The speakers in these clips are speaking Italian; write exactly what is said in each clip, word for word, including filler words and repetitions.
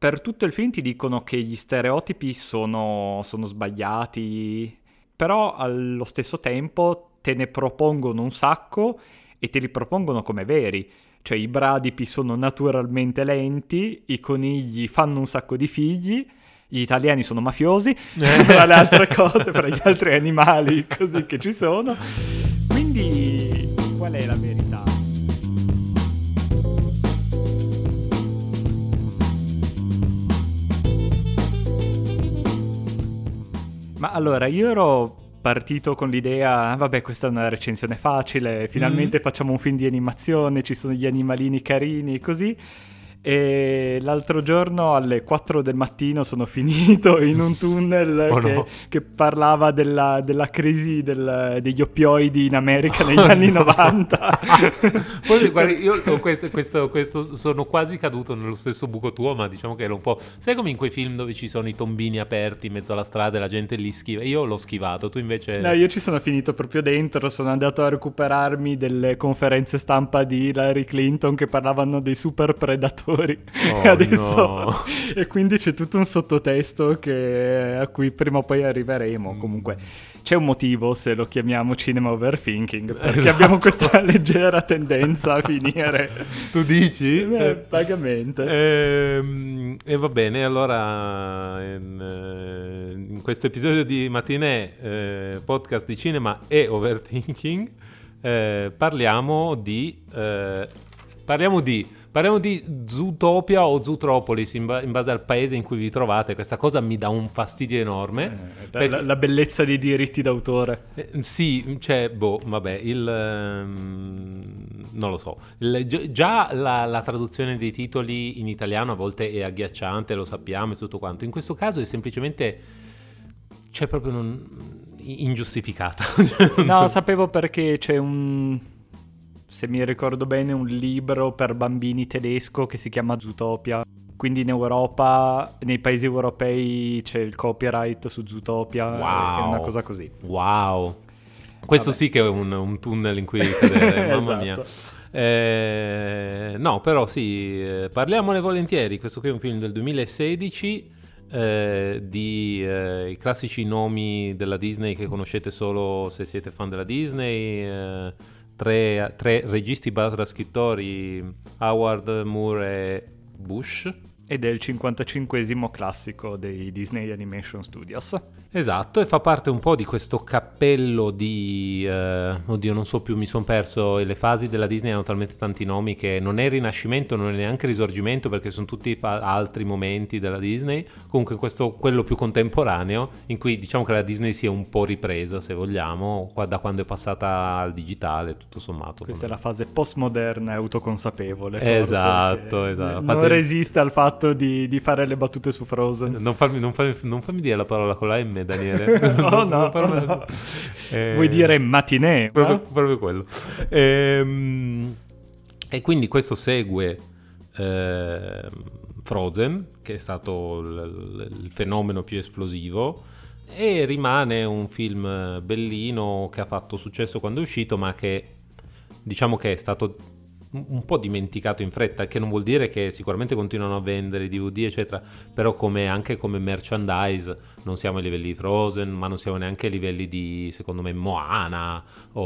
per tutto il film ti dicono che gli stereotipi sono, sono sbagliati, però allo stesso tempo te ne propongono un sacco e te li propongono come veri. Cioè i bradipi sono naturalmente lenti, i conigli fanno un sacco di figli, gli italiani sono mafiosi, tra le altre cose, fra gli altri animali così che ci sono. Quindi qual è la verità? Ma allora, io ero partito con l'idea, vabbè, questa è una recensione facile, finalmente mm. facciamo un film di animazione, ci sono gli animalini carini, così. E l'altro giorno alle quattro del mattino sono finito in un tunnel oh che, no. che parlava della, della crisi del, degli oppioidi in America negli oh anni no. novanta. Poi, guarda, io ho questo, questo, questo sono quasi caduto nello stesso buco tuo, ma diciamo che era un po'... Sai come in quei film dove ci sono i tombini aperti in mezzo alla strada e la gente li schiva? Io l'ho schivato, tu invece... No, io ci sono finito proprio dentro, sono andato a recuperarmi delle conferenze stampa di Hillary Clinton che parlavano dei super predatori. Oh, e adesso no. E quindi c'è tutto un sottotesto che, a cui prima o poi arriveremo. Comunque c'è un motivo se lo chiamiamo cinema overthinking, perché esatto. abbiamo questa leggera tendenza a finire. Tu dici? Eh, vagamente. E, e va bene, allora in, in questo episodio di Matinè, eh, podcast di cinema e overthinking, eh, parliamo di eh, parliamo di Parliamo di Zootopia o Zootropolis in, ba- in base al paese in cui vi trovate. Questa cosa mi dà un fastidio enorme. Eh, perché... la, la bellezza dei diritti d'autore. Eh, sì, cioè, boh, vabbè, il... Um, non lo so. Il, già la, la traduzione dei titoli in italiano a volte è agghiacciante, lo sappiamo e tutto quanto. In questo caso è semplicemente... cioè proprio non... ingiustificata. No, sapevo perché c'è un... se mi ricordo bene, un libro per bambini tedesco che si chiama Zootopia. Quindi in Europa, nei paesi europei c'è il copyright su Zootopia. Wow. È una cosa così. Wow. Questo Vabbè. Sì che è un, un tunnel in cui cadere, mamma esatto. mia. Eh, no, però sì, eh, parliamone volentieri. Questo qui è un film del duemilasedici eh, di eh, i classici nomi della Disney che conoscete solo se siete fan della Disney. Eh, Tre, tre registi barra scrittori, Howard, Moore e Bush. Ed è il cinquantacinquesimo classico dei Disney Animation Studios. Esatto, e fa parte un po' di questo cappello di... Eh, oddio, non so più, mi sono perso. Le fasi della Disney hanno talmente tanti nomi che non è Rinascimento, non è neanche Risorgimento, perché sono tutti fa- altri momenti della Disney. Comunque questo, quello più contemporaneo, in cui diciamo che la Disney si è un po' ripresa, se vogliamo, qua, da quando è passata al digitale, tutto sommato. Questa è la fase postmoderna e autoconsapevole. Esatto, forse, esatto. Non Fase... resiste al fatto Di, di fare le battute su Frozen. Non farmi, non, farmi, non farmi dire la parola con la M, Daniele. oh, non, no, non farmi... oh no. Eh... Vuoi dire matinee? Proprio, no? proprio quello. Ehm... E quindi questo segue eh, Frozen, che è stato l- l- il fenomeno più esplosivo, e rimane un film bellino che ha fatto successo quando è uscito, ma che diciamo che è stato un po' dimenticato in fretta, che non vuol dire che sicuramente continuano a vendere D V D eccetera, però come anche come merchandise non siamo ai livelli di Frozen, ma non siamo neanche ai livelli di, secondo me, Moana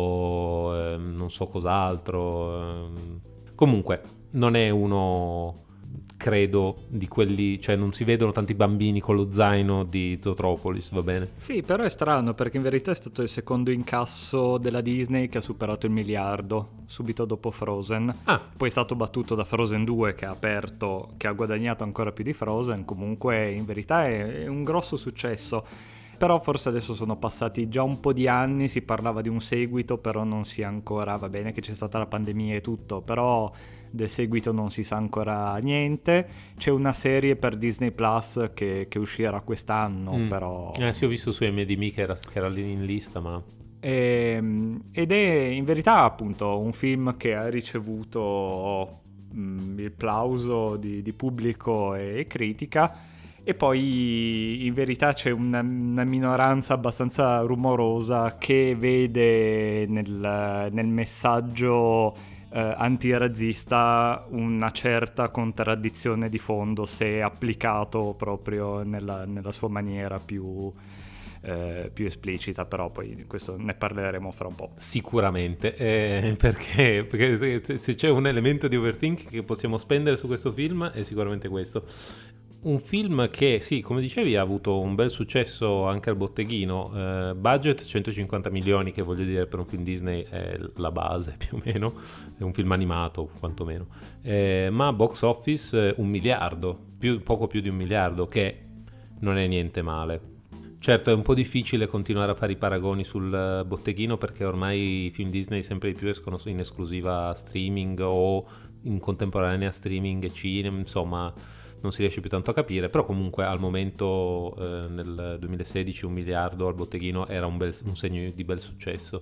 o eh, non so cos'altro. Comunque non è uno, credo, di quelli, cioè non si vedono tanti bambini con lo zaino di Zootropolis, va bene? Sì, però è strano perché in verità è stato il secondo incasso della Disney che ha superato il miliardo subito dopo Frozen. Ah. Poi è stato battuto da Frozen due che ha aperto, che ha guadagnato ancora più di Frozen. Comunque in verità è, è un grosso successo. Però forse adesso sono passati già un po' di anni, si parlava di un seguito, però non si è ancora, va bene che c'è stata la pandemia e tutto, però del seguito non si sa ancora niente. C'è una serie per Disney Plus che, che uscirà quest'anno, mm. però... Eh sì, ho visto su M D M che era, che era lì in lista, ma... E, ed è in verità appunto un film che ha ricevuto mh, il plauso di, di pubblico e, e critica. E poi in verità c'è una, una minoranza abbastanza rumorosa che vede nel, nel messaggio eh, antirazzista una certa contraddizione di fondo se applicato proprio nella, nella sua maniera più, eh, più esplicita, però poi di questo ne parleremo fra un po'. Sicuramente, eh, perché, perché se c'è un elemento di overthinking che possiamo spendere su questo film è sicuramente questo. Un film che, sì, come dicevi, ha avuto un bel successo anche al botteghino, eh, budget centocinquanta milioni, che voglio dire per un film Disney è la base più o meno, è un film animato quantomeno, eh, ma box office eh, un miliardo, più, poco più di un miliardo, che non è niente male. Certo, è un po' difficile continuare a fare i paragoni sul botteghino, perché ormai i film Disney sempre di più escono in esclusiva streaming o in contemporanea streaming e cinema, insomma non si riesce più tanto a capire, però comunque al momento eh, nel duemilasedici un miliardo al botteghino era un, bel, un segno di bel successo.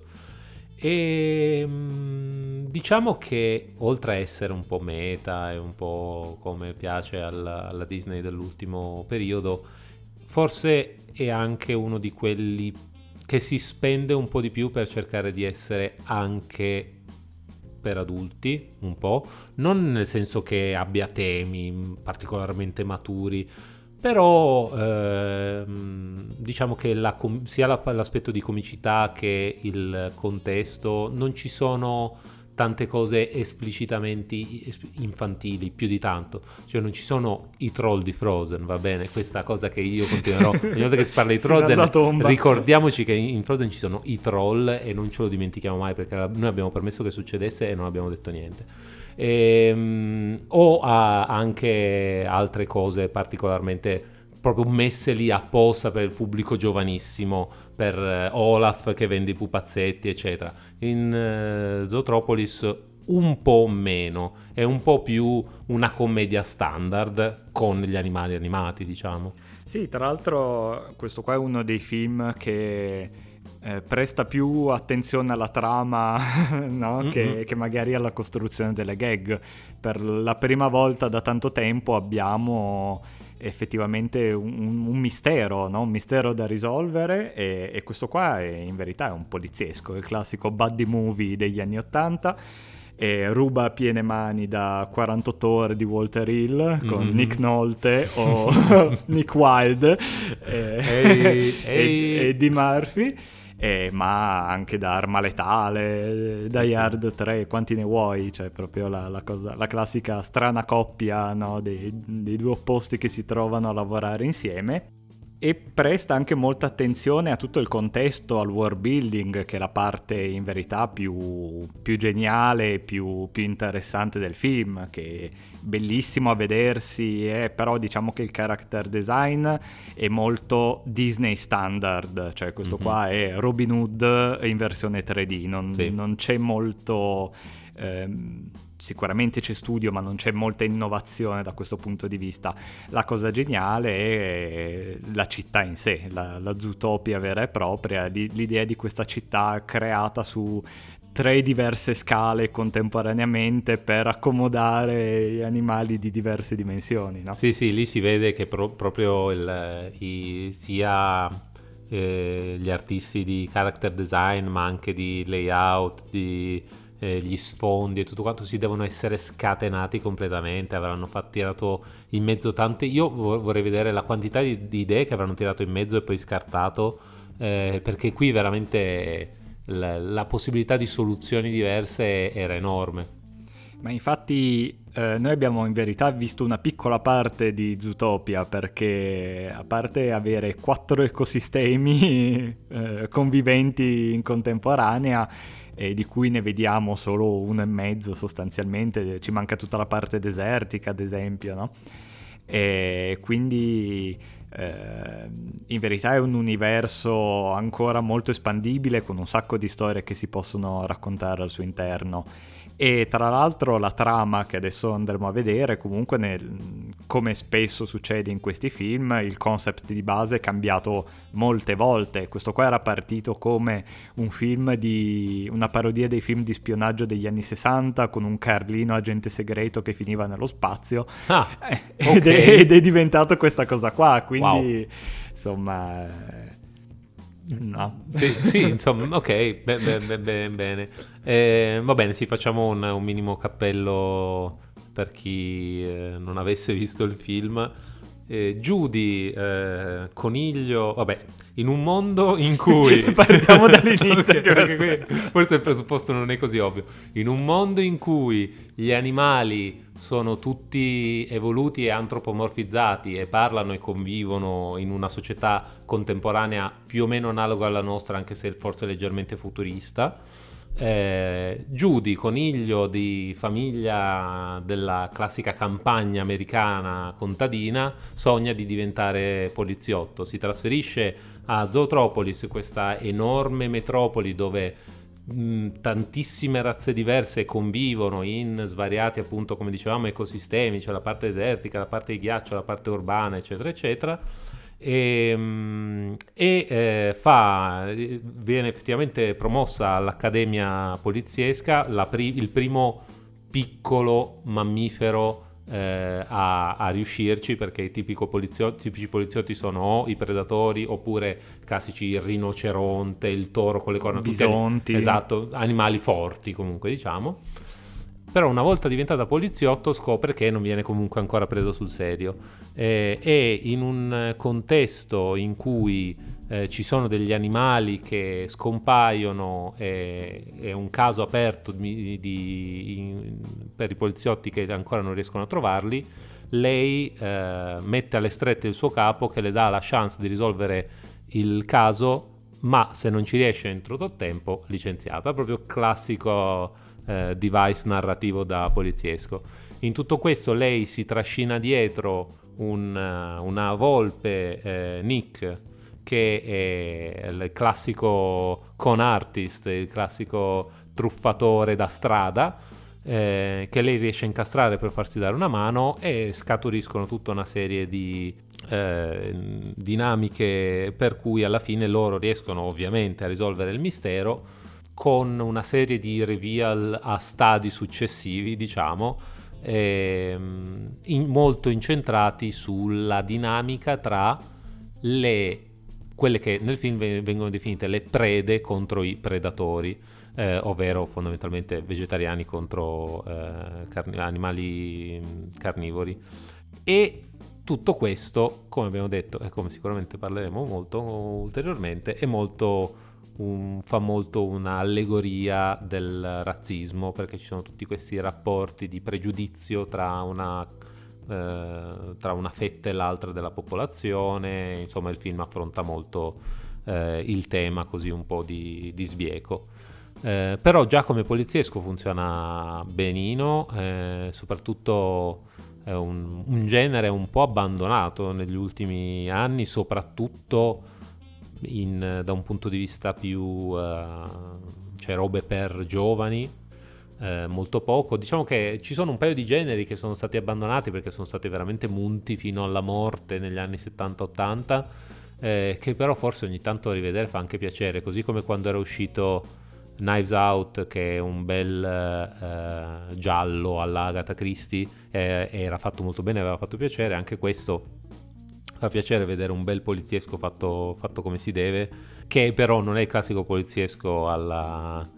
E mh, diciamo che oltre a essere un po' meta e un po' come piace alla, alla Disney dell'ultimo periodo, forse è anche uno di quelli che si spende un po' di più per cercare di essere anche per adulti, un po', non nel senso che abbia temi particolarmente maturi, però ehm, diciamo che la com- sia la, l'aspetto di comicità che il contesto, non ci sono tante cose esplicitamente infantili, più di tanto, cioè non ci sono i troll di Frozen, va bene, questa cosa che io continuerò ogni volta che si parla di Frozen, ricordiamoci che in Frozen ci sono i troll e non ce lo dimentichiamo mai, perché noi abbiamo permesso che succedesse e non abbiamo detto niente. E, o ha anche altre cose particolarmente proprio messe lì apposta per il pubblico giovanissimo, per uh, Olaf che vende i pupazzetti eccetera. In uh, Zootropolis un po' meno, è un po' più una commedia standard con gli animali animati, diciamo. Sì, tra l'altro questo qua è uno dei film che eh, presta più attenzione alla trama no? che, che magari alla costruzione delle gag. Per la prima volta da tanto tempo abbiamo effettivamente un, un mistero, no? Un mistero da risolvere, e, e questo qua è, in verità è un poliziesco, il classico buddy movie degli anni ottanta, e ruba a piene mani da quarantotto ore di Walter Hill con mm-hmm. Nick Nolte o Nick Wilde e, hey, hey. e, e Eddie Murphy. Eh, ma anche da Arma Letale, sì, Die Hard sì. tre, quanti ne vuoi, cioè proprio la, la, cosa, la classica strana coppia, no, dei, dei due opposti che si trovano a lavorare insieme, e presta anche molta attenzione a tutto il contesto, al world building, che è la parte in verità più, più geniale, più, più interessante del film, che è bellissimo a vedersi, eh, però diciamo che il character design è molto Disney standard, cioè questo mm-hmm. qua è Robin Hood in versione tre D, non, sì. non c'è molto... Ehm, sicuramente c'è studio, ma non c'è molta innovazione da questo punto di vista. La cosa geniale è la città in sé, la, la Zootopia vera e propria, l'idea di questa città creata su tre diverse scale contemporaneamente per accomodare gli animali di diverse dimensioni, no? Sì, sì, lì si vede che pro- proprio il, i, sia eh, gli artisti di character design, ma anche di layout, di Eh, gli sfondi e tutto quanto si devono essere scatenati completamente, avranno fatto, tirato in mezzo tante, io vorrei vedere la quantità di, di idee che avranno tirato in mezzo e poi scartato, eh, perché qui veramente la, la possibilità di soluzioni diverse era enorme. Ma infatti eh, noi abbiamo in verità visto una piccola parte di Zootopia, perché a parte avere quattro ecosistemi eh, conviventi in contemporanea, e di cui ne vediamo solo uno e mezzo sostanzialmente, ci manca tutta la parte desertica ad esempio, no? E quindi eh, in verità è un universo ancora molto espandibile, con un sacco di storie che si possono raccontare al suo interno. E tra l'altro la trama che adesso andremo a vedere, comunque nel, come spesso succede in questi film, il concept di base è cambiato molte volte. Questo qua era partito come un film di una parodia dei film di spionaggio degli anni sessanta, con un Carlino agente segreto che finiva nello spazio, ah, ed, okay. è, ed è diventato questa cosa qua, quindi wow. insomma No. Sì, sì, insomma, ok, be- be- be- be- bene. Eh, va bene, sì, facciamo un, un minimo cappello per chi eh, non avesse visto il film. Eh, Judy, eh, coniglio, vabbè, in un mondo in cui... Partiamo dall'inizio, Ok, che perché forse- qui forse il presupposto non è così ovvio. In un mondo in cui gli animali sono tutti evoluti e antropomorfizzati e parlano e convivono in una società contemporanea più o meno analoga alla nostra, anche se forse leggermente futurista. Eh, Judy, coniglio di famiglia della classica campagna americana contadina, sogna di diventare poliziotto. Si trasferisce a Zootropolis, questa enorme metropoli dove mh, tantissime razze diverse convivono in svariati, appunto, come dicevamo, ecosistemi. C'è la parte desertica, la parte di ghiaccio, la parte urbana, eccetera, eccetera. E, mm, e, eh, fa, viene effettivamente promossa all'Accademia Poliziesca, la pri- il primo piccolo mammifero eh, a, a riuscirci, perché i tipico poliziotti, tipici poliziotti sono o i predatori oppure classici il rinoceronte, il toro con le corna, tutti ani- Bisonti. esatto, animali forti comunque, diciamo. Però una volta diventata poliziotto scopre che non viene comunque ancora preso sul serio, eh, e in un contesto in cui eh, ci sono degli animali che scompaiono, e è un caso aperto di, di- in- per i poliziotti che ancora non riescono a trovarli, lei eh, mette alle strette il suo capo, che le dà la chance di risolvere il caso, ma se non ci riesce entro tot tempo, licenziata. Proprio classico eh, device narrativo da poliziesco. In tutto questo lei si trascina dietro un, uh, una volpe, eh, Nick, che è il classico con artist, il classico truffatore da strada, eh, che lei riesce a incastrare per farsi dare una mano, e scaturiscono tutta una serie di eh, dinamiche per cui alla fine loro riescono ovviamente a risolvere il mistero, con una serie di reveal a stadi successivi, diciamo, ehm, in- molto incentrati sulla dinamica tra le, quelle che nel film ve- vengono definite le prede contro i predatori, eh, ovvero fondamentalmente vegetariani contro eh, carni- animali mh, carnivori. E tutto questo, come abbiamo detto e come sicuramente parleremo molto ulteriormente, è molto un- fa molto un'allegoria del razzismo, perché ci sono tutti questi rapporti di pregiudizio tra una, eh, tra una fetta e l'altra della popolazione. Insomma, il film affronta molto eh, il tema così un po' di, di sbieco. Eh, però già come poliziesco funziona benino, eh, soprattutto è un, un genere un po' abbandonato negli ultimi anni, soprattutto in, da un punto di vista più uh, cioè robe per giovani, eh, molto poco. Diciamo che ci sono un paio di generi che sono stati abbandonati perché sono stati veramente munti fino alla morte negli anni settanta ottanta, eh, che però forse ogni tanto rivedere fa anche piacere, così come quando era uscito Knives Out, che è un bel eh, giallo alla Agatha Christie, eh, era fatto molto bene, aveva fatto piacere. Anche questo fa piacere vedere un bel poliziesco fatto, fatto come si deve, che però non è il classico poliziesco alla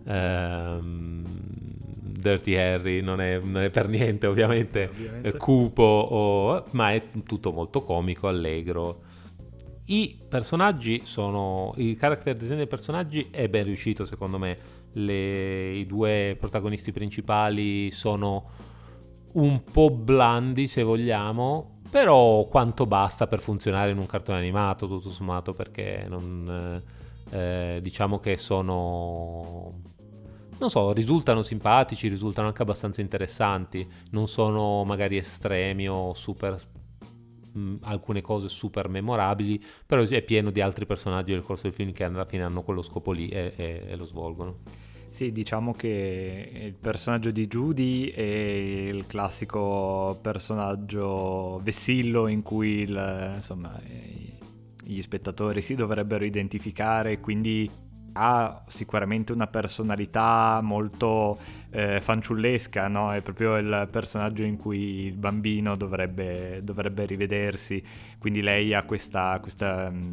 ehm, Dirty Harry, non è, non è per niente ovviamente, Ovviamente. eh, cupo, o- ma è tutto molto comico, allegro. I personaggi sono, il character design dei personaggi è ben riuscito secondo me. Le, i due protagonisti principali sono un po' blandi, se vogliamo, però quanto basta per funzionare in un cartone animato, tutto sommato, perché non, eh, diciamo che sono, non so, risultano simpatici, risultano anche abbastanza interessanti, non sono magari estremi o super, mh, alcune cose super memorabili, però è pieno di altri personaggi nel corso del film che alla fine hanno quello scopo lì e, e, e lo svolgono. Sì, diciamo che il personaggio di Judy è il classico personaggio vessillo in cui il- insomma, eh, gli spettatori si dovrebbero identificare, quindi ha sicuramente una personalità molto eh, fanciullesca, no? È proprio il personaggio in cui il bambino dovrebbe, dovrebbe rivedersi, quindi lei ha questa... questa mh,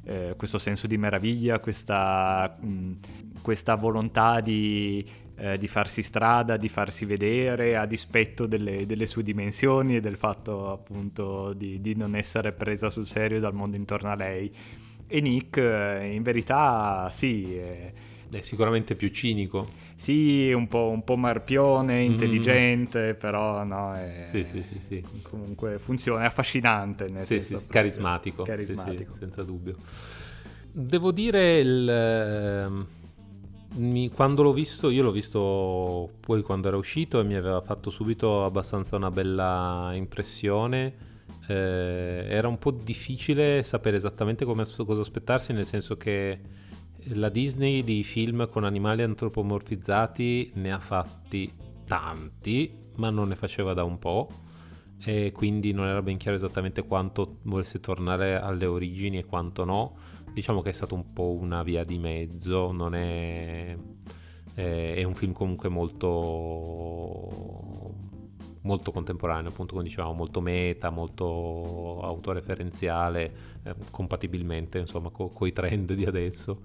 eh, questo senso di meraviglia, questa, mh, questa volontà di, eh, di farsi strada, di farsi vedere a dispetto delle, delle sue dimensioni e del fatto appunto di, di non essere presa sul serio dal mondo intorno a lei. E Nick eh, in verità sì, è, è sicuramente più cinico. Sì, un po', un po' marpione, intelligente, mm. però no, è, sì, sì, sì, sì. comunque funziona, è affascinante, nel sì, senso sì, carismatico, carismatico. Sì, sì, senza dubbio. Devo dire, il, mi, quando l'ho visto, io l'ho visto poi quando era uscito e mi aveva fatto subito abbastanza una bella impressione. Eh, era un po' difficile sapere esattamente come, cosa aspettarsi, nel senso che la Disney di film con animali antropomorfizzati ne ha fatti tanti, ma non ne faceva da un po', e quindi non era ben chiaro esattamente quanto volesse tornare alle origini e quanto no. Diciamo che è stato un po' una via di mezzo, non è, è, è un film comunque molto molto contemporaneo, appunto, come dicevamo, molto meta, molto autoreferenziale, eh, compatibilmente insomma con i trend di adesso.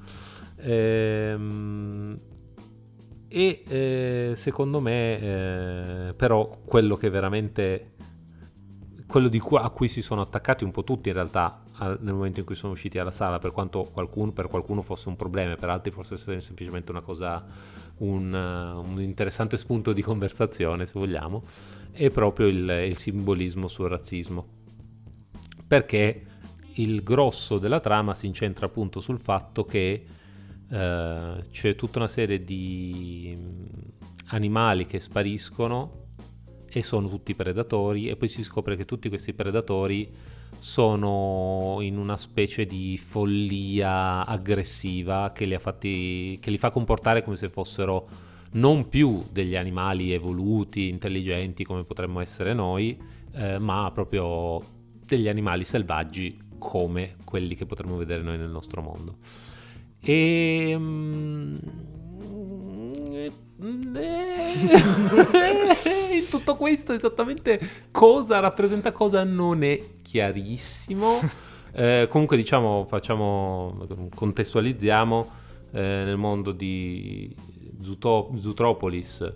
Ehm, e eh, secondo me eh, però quello che veramente quello di cui, a cui si sono attaccati un po' tutti in realtà al, nel momento in cui sono usciti alla sala, per quanto qualcuno, per qualcuno fosse un problema, per altri fosse semplicemente una cosa, un, un interessante spunto di conversazione, se vogliamo, è proprio il, il simbolismo sul razzismo, perché il grosso della trama si incentra appunto sul fatto che eh, c'è tutta una serie di animali che spariscono e sono tutti predatori, e poi si scopre che tutti questi predatori sono in una specie di follia aggressiva che li ha fatti, che li fa comportare come se fossero non più degli animali evoluti, intelligenti come potremmo essere noi, eh, ma proprio degli animali selvaggi come quelli che potremmo vedere noi nel nostro mondo. E mm, in tutto questo esattamente cosa rappresenta cosa non è chiarissimo. Eh, comunque diciamo, facciamo, contestualizziamo, eh, nel mondo di Zootop- Zootropolis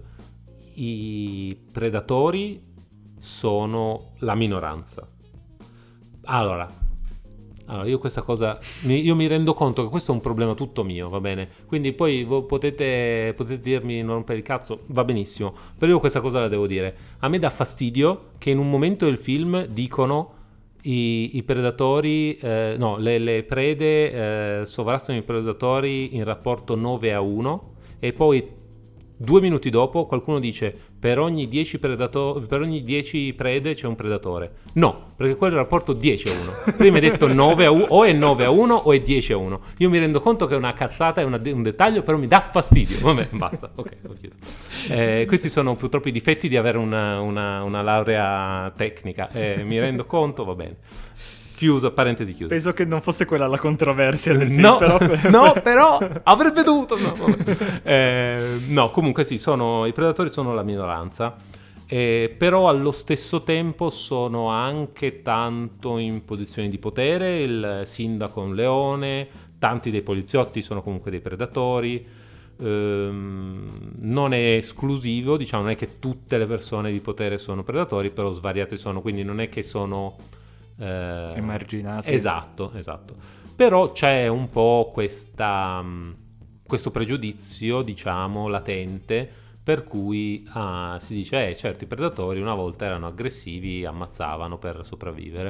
i predatori sono la minoranza. Allora Allora, io questa cosa, mi, io mi rendo conto che questo è un problema tutto mio, va bene? Quindi poi voi potete, potete dirmi non rompere il cazzo, va benissimo, però io questa cosa la devo dire. A me dà fastidio che in un momento del film dicono i, i predatori, eh, no, le, le prede eh, sovrastano i predatori in rapporto nove a uno, e poi due minuti dopo qualcuno dice per ogni dieci predatori, per ogni dieci prede c'è un predatore. No, perché quello è il rapporto dieci a uno. Prima hai detto nove a uno, o è nove a uno o è dieci a uno. Io mi rendo conto che è una cazzata, è una, un dettaglio, però mi dà fastidio. Vabbè, basta, ok, ho chiuso. Eh, questi sono purtroppo i difetti di avere una, una, una laurea tecnica. Eh, mi rendo conto, va bene. Chiuso, parentesi chiusa. Penso che non fosse quella la controversia del film. No, però... no, però avrebbe dovuto. No, eh, no, comunque sì, sono, i predatori sono la minoranza, eh, però allo stesso tempo sono anche tanto in posizioni di potere. Il sindaco è un leone, tanti dei poliziotti sono comunque dei predatori. Ehm, non è esclusivo, diciamo, non è che tutte le persone di potere sono predatori, però svariate sono, quindi non è che sono... Eh, emarginati. Esatto, esatto. Però c'è un po' questa, questo pregiudizio, diciamo, latente, per cui ah, si dice, eh, certi predatori una volta erano aggressivi, ammazzavano per sopravvivere.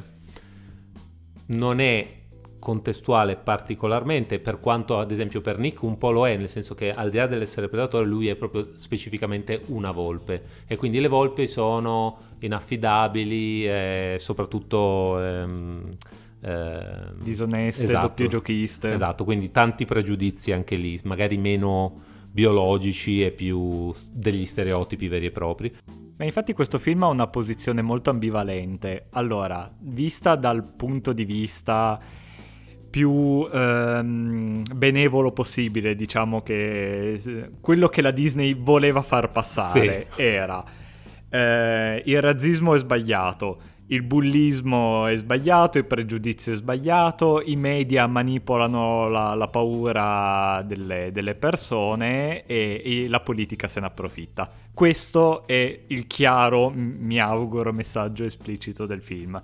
Non è contestuale particolarmente, per quanto ad esempio per Nick un po' lo è, nel senso che al di là dell'essere predatore lui è proprio specificamente una volpe, e quindi le volpi sono inaffidabili, eh, soprattutto ehm, eh, disoneste, esatto, doppio giochiste. Esatto, quindi tanti pregiudizi anche lì, magari meno biologici e più degli stereotipi veri e propri. Ma infatti questo film ha una posizione molto ambivalente. Allora, vista dal punto di vista più ehm, benevolo possibile, diciamo che quello che la Disney voleva far passare, sì, era eh, il razzismo è sbagliato, il bullismo è sbagliato, il pregiudizio è sbagliato, i media manipolano la, la paura delle, delle persone e, e la politica se ne approfitta. Questo è il chiaro, mi auguro, messaggio esplicito del film.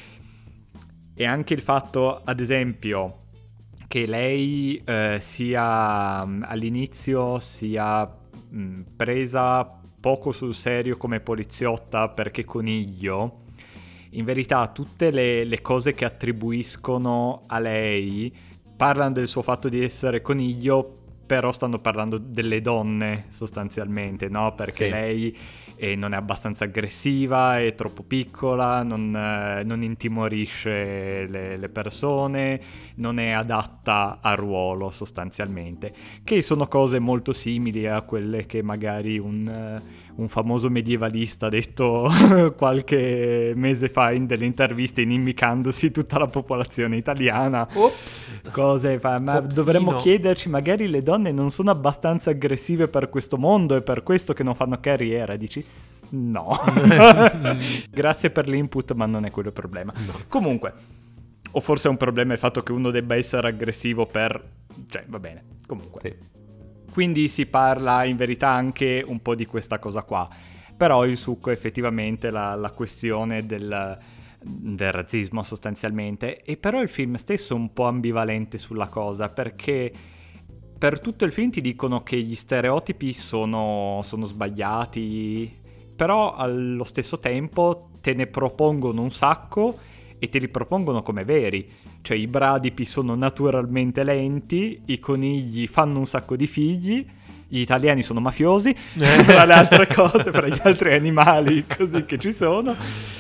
E anche il fatto, ad esempio, che lei eh, sia all'inizio sia mh, presa poco sul serio come poliziotta perché coniglio. In verità tutte le, le cose che attribuiscono a lei parlano del suo fatto di essere coniglio, però stanno parlando delle donne sostanzialmente, no? Perché sì. lei eh, non è abbastanza aggressiva, è troppo piccola, non, eh, non intimorisce le, le persone, non è adatta al ruolo sostanzialmente, che sono cose molto simili a quelle che magari un... Uh, un famoso medievalista ha detto qualche mese fa in delle interviste inimicandosi tutta la popolazione italiana. Ops. Cose fa, ma Opsino. Dovremmo chiederci, magari le donne non sono abbastanza aggressive per questo mondo, è per questo che non fanno carriera. Dici no. Grazie per l'input, ma non è quello il problema. No. Comunque, o forse è un problema il fatto che uno debba essere aggressivo per... cioè, va bene, comunque. Sì. Quindi si parla in verità anche un po' di questa cosa qua. Però il succo è effettivamente la, la questione del, del razzismo sostanzialmente. E però il film stesso è un po' ambivalente sulla cosa, perché per tutto il film ti dicono che gli stereotipi sono, sono sbagliati, però allo stesso tempo te ne propongono un sacco e te li propongono come veri. Cioè i bradipi sono naturalmente lenti, i conigli fanno un sacco di figli, gli italiani sono mafiosi, tra le altre cose, fra gli altri animali così che ci sono.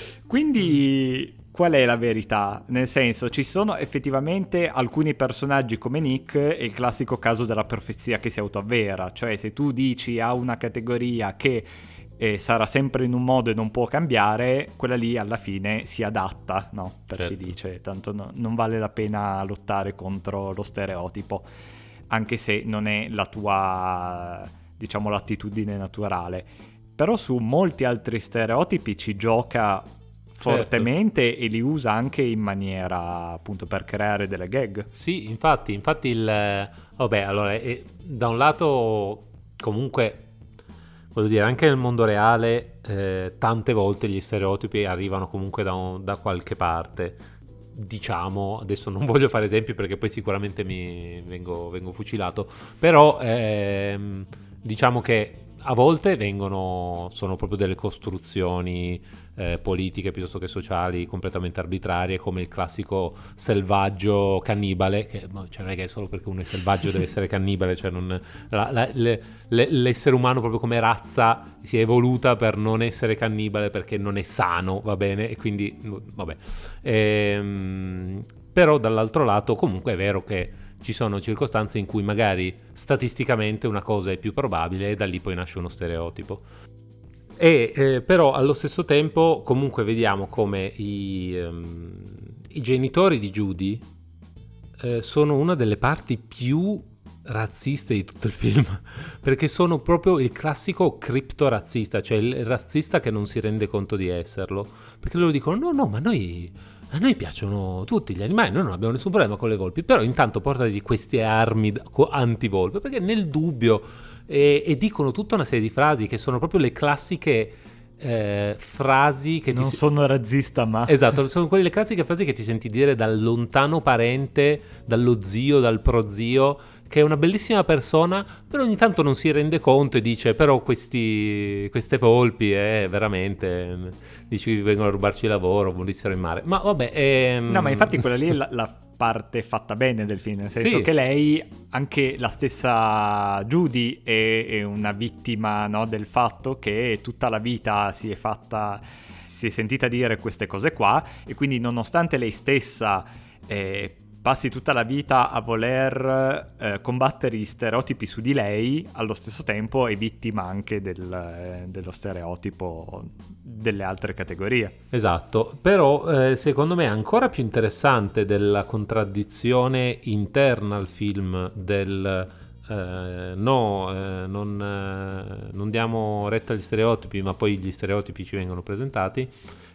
Quindi qual è la verità? Nel senso, ci sono effettivamente alcuni personaggi come Nick, è il classico caso della profezia che si autoavvera. Cioè se tu dici a una categoria che e sarà sempre in un modo e non può cambiare, quella lì alla fine si adatta, no? Perché certo. dice, tanto no, non vale la pena lottare contro lo stereotipo, anche se non è la tua, diciamo, l'attitudine naturale. Però su molti altri stereotipi ci gioca fortemente certo. e li usa anche in maniera, appunto, per creare delle gag. Sì, infatti, infatti il... vabbè, allora, eh, da un lato comunque... voglio dire, anche nel mondo reale eh, tante volte gli stereotipi arrivano comunque da, un, da qualche parte. Diciamo, adesso non voglio fare esempi perché poi sicuramente mi vengo, vengo fucilato, però ehm, diciamo che a volte vengono, sono proprio delle costruzioni eh, politiche piuttosto che sociali completamente arbitrarie, come il classico selvaggio cannibale, che cioè non è che solo perché uno è selvaggio deve essere cannibale, cioè non, la, la, le, le, l'essere umano proprio come razza si è evoluta per non essere cannibale perché non è sano, va bene, e quindi vabbè. Ehm, però dall'altro lato comunque è vero che ci sono circostanze in cui magari statisticamente una cosa è più probabile e da lì poi nasce uno stereotipo. E eh, però allo stesso tempo comunque vediamo come i, um, i genitori di Judy eh, sono una delle parti più razziste di tutto il film, perché sono proprio il classico criptorazzista, cioè il razzista che non si rende conto di esserlo, perché loro dicono no no ma noi... a noi piacciono tutti gli animali, noi non abbiamo nessun problema con le volpi, però intanto portati queste armi anti-volpe, perché nel dubbio, e, e dicono tutta una serie di frasi che sono proprio le classiche eh, frasi che non ti... sono razzista ma... Esatto, sono quelle classiche frasi che ti senti dire dal lontano parente, dallo zio, dal prozio, che è una bellissima persona, però ogni tanto non si rende conto e dice però questi, queste volpi eh, veramente dici vengono a rubarci il lavoro, morissero in mare, ma vabbè ehm... no ma infatti quella lì è la, la parte fatta bene del film, nel senso sì. che lei, anche la stessa Judy è, è una vittima, no, del fatto che tutta la vita si è fatta, si è sentita dire queste cose qua, e quindi nonostante lei stessa eh, passi tutta la vita a voler eh, combattere gli stereotipi su di lei, allo stesso tempo è vittima anche del, eh, dello stereotipo delle altre categorie. Esatto, però eh, secondo me è ancora più interessante della contraddizione interna al film del eh, no, eh, non, eh, non diamo retta agli stereotipi, ma poi gli stereotipi ci vengono presentati.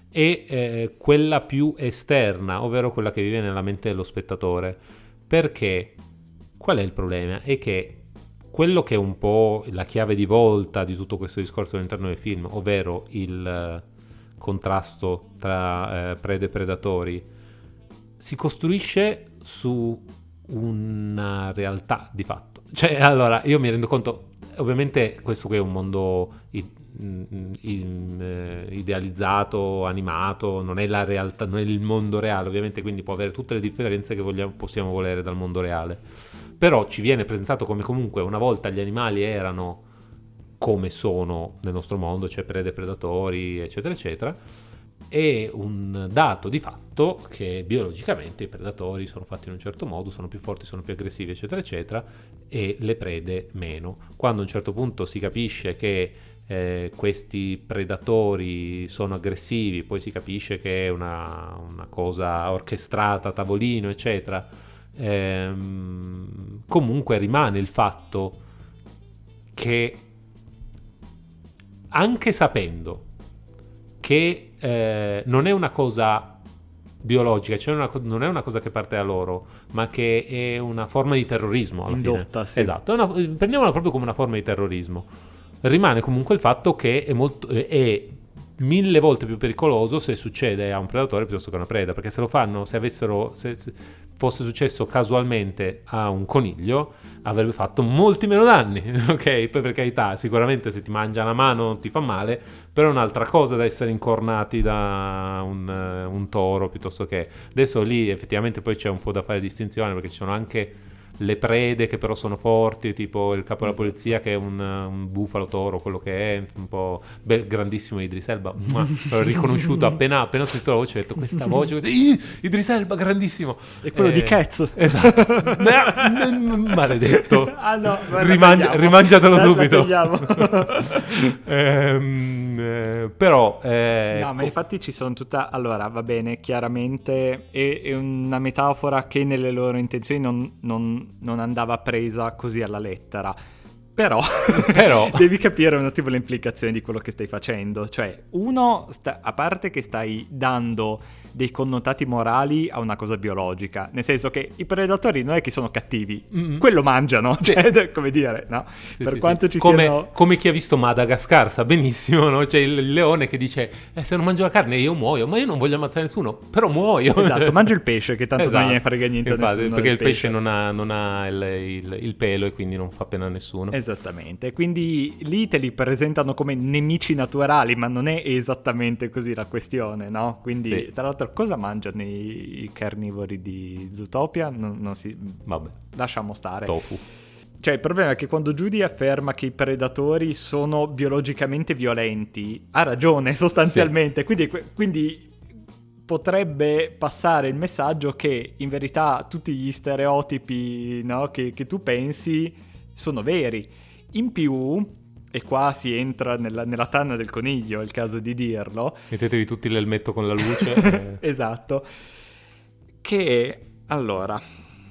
e eh, quella più esterna, ovvero quella che vive nella mente dello spettatore. Perché qual è il problema? È che quello che è un po' la chiave di volta di tutto questo discorso all'interno del film, ovvero il eh, contrasto tra eh, prede e predatori, si costruisce su una realtà di fatto. Cioè, allora, io mi rendo conto, ovviamente questo qui è un mondo i- in, idealizzato, animato, non è la realtà, non è il mondo reale, ovviamente, quindi può avere tutte le differenze che vogliamo, possiamo volere dal mondo reale, però ci viene presentato come comunque una volta gli animali erano come sono nel nostro mondo, cioè prede, predatori, eccetera eccetera. È un dato di fatto che biologicamente i predatori sono fatti in un certo modo, sono più forti, sono più aggressivi, eccetera eccetera, e le prede meno. Quando a un certo punto si capisce che eh, questi predatori sono aggressivi, poi si capisce che è una, una cosa orchestrata a tavolino, eccetera, ehm, comunque rimane il fatto che, anche sapendo che eh, non è una cosa biologica, cioè una, non è una cosa che parte da loro, ma che è una forma di terrorismo alla Indotta, fine. sì. Esatto, è una, prendiamola proprio come una forma di terrorismo. Rimane comunque il fatto che è, molto, è mille volte più pericoloso se succede a un predatore piuttosto che a una preda, perché se lo fanno, se avessero, se, se fosse successo casualmente a un coniglio, avrebbe fatto molti meno danni, ok? Poi per carità, sicuramente se ti mangia una mano ti fa male, però è un'altra cosa da essere incornati da un, un toro piuttosto che... Adesso lì effettivamente poi c'è un po' da fare distinzione, perché ci sono anche le prede che però sono forti, tipo il capo della polizia che è un, un bufalo toro, quello che è, un po' beh, grandissimo Idris Elba, l'ho riconosciuto appena appena ho sentito la voce, ho detto questa voce così, Idris Elba grandissimo, è quello eh, di Cats, esatto. Maledetto, ah no, Rimangia, rimangiatelo la, subito. la ehm, eh, però eh, no, ma infatti ci sono tutta, allora va bene, chiaramente è, è una metafora che nelle loro intenzioni non, non non andava presa così alla lettera, però, però... devi capire un attimo le implicazioni di quello che stai facendo. Cioè, uno, sta, a parte che stai dando dei connotati morali a una cosa biologica, nel senso che i predatori non è che sono cattivi, mm-hmm. quello mangiano, sì. Cioè, come dire, no? Sì, per sì, quanto sì. ci come, siano... come chi ha visto Madagascar sa benissimo, no? C'è il leone che dice eh, se non mangio la carne io muoio, ma io non voglio ammazzare nessuno, però muoio. Esatto, mangio il pesce, che tanto esatto. non gliene frega niente Infatti, a nessuno, perché il pesce, pesce non ha, non ha il, il, il pelo e quindi non fa pena a nessuno. Esattamente, quindi lì te li presentano come nemici naturali, ma non è esattamente così la questione, no? Quindi, sì. Tra l'altro, cosa mangiano i, i carnivori di Zootopia? Non, non si... Vabbè, lasciamo stare. Tofu. Cioè, il problema è che quando Judy afferma che i predatori sono biologicamente violenti, ha ragione sostanzialmente, sì. quindi, quindi potrebbe passare il messaggio che in verità tutti gli stereotipi, no, che, che tu pensi sono veri. In più, e qua si entra nella, nella tanna del coniglio, è il caso di dirlo. Mettetevi tutti l'elmetto con la luce. Esatto. Che, allora...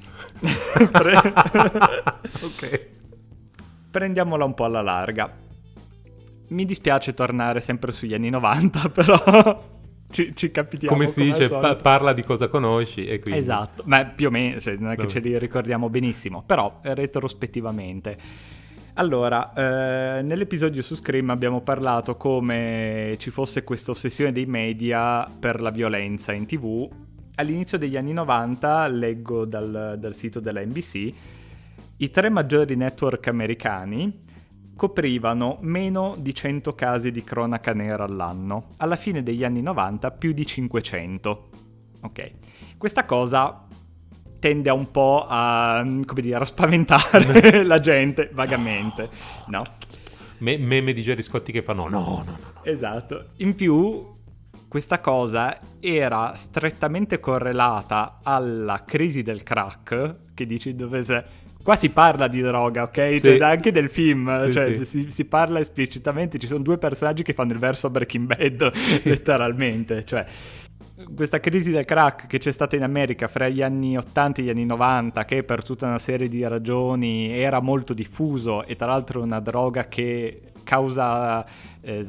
ok. Prendiamola un po' alla larga. Mi dispiace tornare sempre sugli anni novanta, però... Ci, ci capitiamo come si dice, pa- parla di cosa conosci e quindi... Esatto, ma più o meno, cioè, non è che no. ce li ricordiamo benissimo, però retrospettivamente. Allora, eh, nell'episodio su Scream abbiamo parlato come ci fosse questa ossessione dei media per la violenza in tivù. All'inizio degli anni novanta, leggo dal, dal sito della N B C, i tre maggiori network americani coprivano meno di cento casi di cronaca nera all'anno. Alla fine degli anni novanta più di cinquecento. Ok. Questa cosa tende a un po' a, come dire, a spaventare la gente, vagamente, no? Me- meme di Gerry Scotti che fanno no, no, no, no. Esatto. In più, questa cosa era strettamente correlata alla crisi del crack, che dici dove sei... Qua si parla di droga, ok? Sì. Cioè, anche del film, sì, cioè, sì. Si, si parla esplicitamente, ci sono due personaggi che fanno il verso a Breaking Bad, letteralmente, cioè... Questa crisi del crack che c'è stata in America fra gli anni ottanta e gli anni novanta, che per tutta una serie di ragioni era molto diffuso e tra l'altro una droga che causa eh,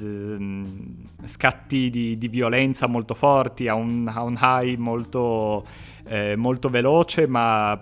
scatti di, di violenza molto forti, ha un, ha un high molto, eh, molto veloce, ma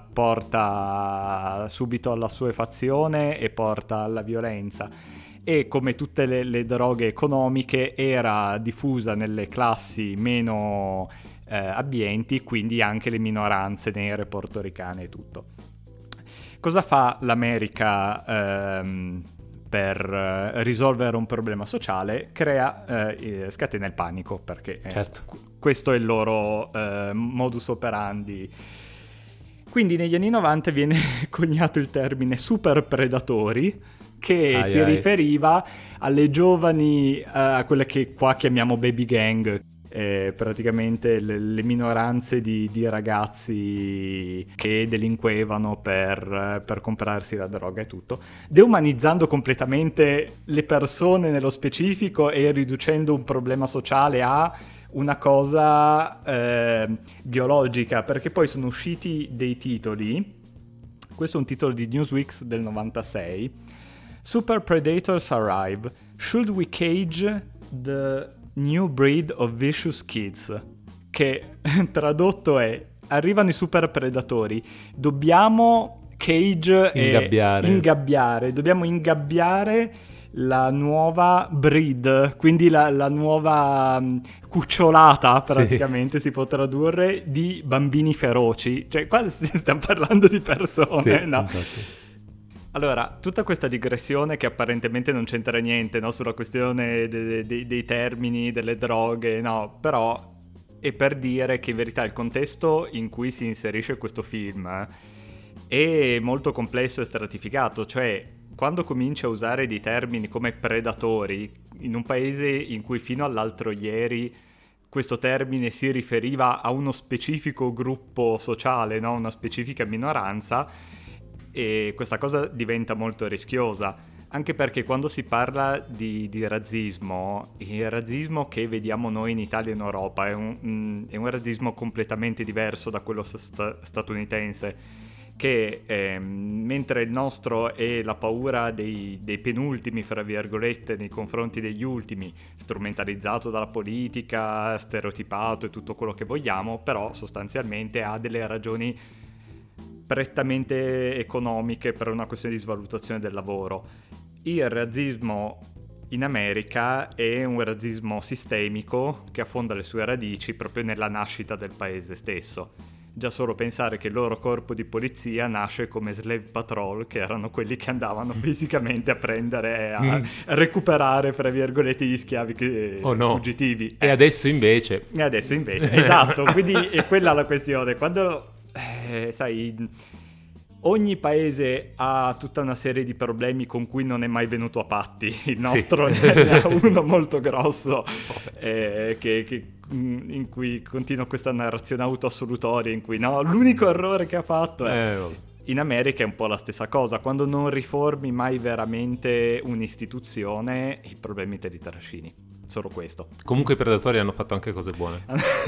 porta subito alla assuefazione e porta alla violenza. E come tutte le, le droghe economiche era diffusa nelle classi meno eh, abbienti, quindi anche le minoranze nere, portoricane e tutto. Cosa fa l'America ehm, per eh, risolvere un problema sociale? Crea, eh, scatena il panico, perché eh, certo. questo è il loro eh, modus operandi. Quindi negli anni novanta viene coniato il termine super predatori, che ai si ai. riferiva alle giovani, uh, a quelle che qua chiamiamo baby gang, eh, praticamente le, le minoranze di, di ragazzi che delinquevano per, per comprarsi la droga e tutto, deumanizzando completamente le persone nello specifico e riducendo un problema sociale a una cosa eh, biologica, perché poi sono usciti dei titoli. Questo è un titolo di Newsweek del novantasei. Super predators arrive. Should we cage the new breed of vicious kids? Che tradotto è: arrivano i super predatori, dobbiamo cage ingabbiare. e ingabbiare, dobbiamo ingabbiare la nuova breed, quindi la, la nuova um, cucciolata, praticamente, sì, si può tradurre, di bambini feroci. Cioè qua stiamo parlando di persone, sì, no? infatti. Allora, tutta questa digressione che apparentemente non c'entra niente, no? Sulla questione de- de- dei termini, delle droghe, no? Però è per dire che in verità il contesto in cui si inserisce questo film è molto complesso e stratificato. Cioè, quando cominci a usare dei termini come predatori, in un paese in cui fino all'altro ieri questo termine si riferiva a uno specifico gruppo sociale, no? Una specifica minoranza, e questa cosa diventa molto rischiosa, anche perché quando si parla di, di razzismo, il razzismo che vediamo noi in Italia e in Europa è un, è un razzismo completamente diverso da quello sta- statunitense, che eh, mentre il nostro è la paura dei, dei penultimi, fra virgolette, nei confronti degli ultimi, strumentalizzato dalla politica, stereotipato e tutto quello che vogliamo, però sostanzialmente ha delle ragioni prettamente economiche per una questione di svalutazione del lavoro. Il razzismo in America è un razzismo sistemico che affonda le sue radici proprio nella nascita del paese stesso. Già solo pensare che il loro corpo di polizia nasce come slave patrol, che erano quelli che andavano fisicamente a prendere, a recuperare, fra virgolette, gli schiavi che, oh no. fuggitivi. E eh. adesso invece... E adesso invece, esatto, quindi è quella la questione. Quando... Eh, sai, ogni paese ha tutta una serie di problemi con cui non è mai venuto a patti. Il nostro sì. ne ha uno molto grosso, eh, che, che, in cui continua questa narrazione autoassolutoria in cui no, l'unico errore che ha fatto è... Eh, in America è un po' la stessa cosa. Quando non riformi mai veramente un'istituzione, i problemi te li trascini. Solo questo. Comunque i predatori hanno fatto anche cose buone.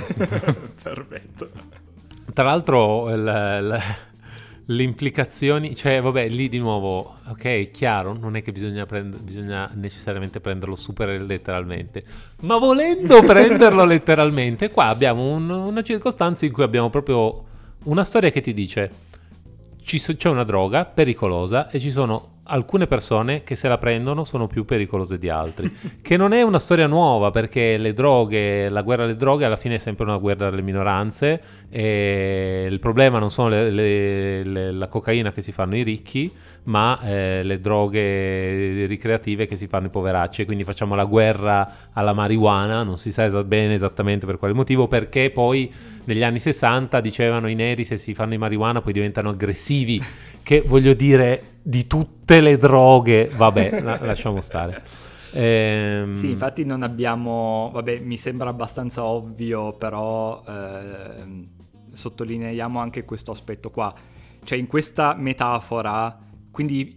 Perfetto. Tra l'altro l- l- le implicazioni, cioè vabbè, lì di nuovo, ok, chiaro, non è che bisogna, prend- bisogna necessariamente prenderlo super letteralmente, ma volendo prenderlo letteralmente, qua abbiamo un- una circostanza in cui abbiamo proprio una storia che ti dice ci so- c'è una droga pericolosa e ci sono alcune persone che se la prendono sono più pericolose di altri, che non è una storia nuova, perché le droghe, la guerra alle droghe alla fine è sempre una guerra alle minoranze, e il problema non sono le, le, le, la cocaina che si fanno i ricchi, ma eh, le droghe ricreative che si fanno i poveracci, e quindi facciamo la guerra alla marijuana, non si sa esa- bene esattamente per quale motivo, perché poi negli anni sessanta dicevano i neri se si fanno i marijuana poi diventano aggressivi, che voglio dire di tutte le droghe, vabbè, la, lasciamo stare. Ehm... Sì, infatti non abbiamo, vabbè, mi sembra abbastanza ovvio, però eh, sottolineiamo anche questo aspetto qua. Cioè in questa metafora, quindi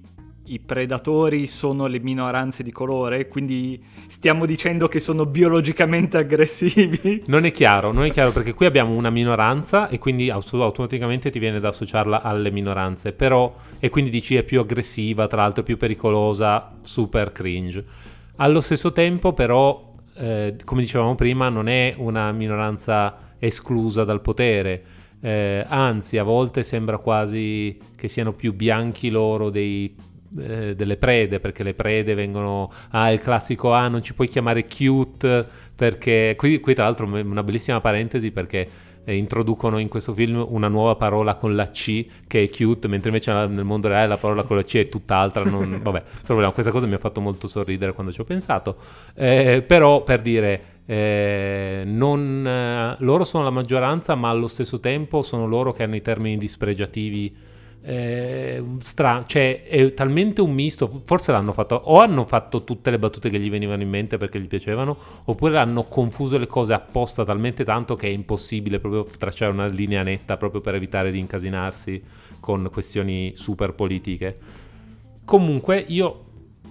i predatori sono le minoranze di colore, quindi stiamo dicendo che sono biologicamente aggressivi? Non è chiaro, non è chiaro perché qui abbiamo una minoranza e quindi aut- automaticamente ti viene da associarla alle minoranze, però, e quindi dici è più aggressiva, tra l'altro è più pericolosa, super cringe. Allo stesso tempo però, eh, come dicevamo prima, non è una minoranza esclusa dal potere. Eh, anzi, a volte sembra quasi che siano più bianchi loro dei, eh, delle prede, perché le prede vengono, ah, il classico, ah, non ci puoi chiamare cute, perché qui, qui tra l'altro una bellissima parentesi, perché eh, introducono in questo film una nuova parola con la C che è cute, mentre invece nel mondo reale la parola con la C è tutt'altra. Non, vabbè, solo questa cosa mi ha fatto molto sorridere quando ci ho pensato, eh, però per dire, Eh, non, eh, loro sono la maggioranza, ma allo stesso tempo sono loro che hanno i termini dispregiativi, eh, stra- cioè è talmente un misto. Forse l'hanno fatto, o hanno fatto tutte le battute che gli venivano in mente perché gli piacevano, oppure hanno confuso le cose apposta talmente tanto che è impossibile proprio tracciare una linea netta, proprio per evitare di incasinarsi con questioni super politiche. Comunque io,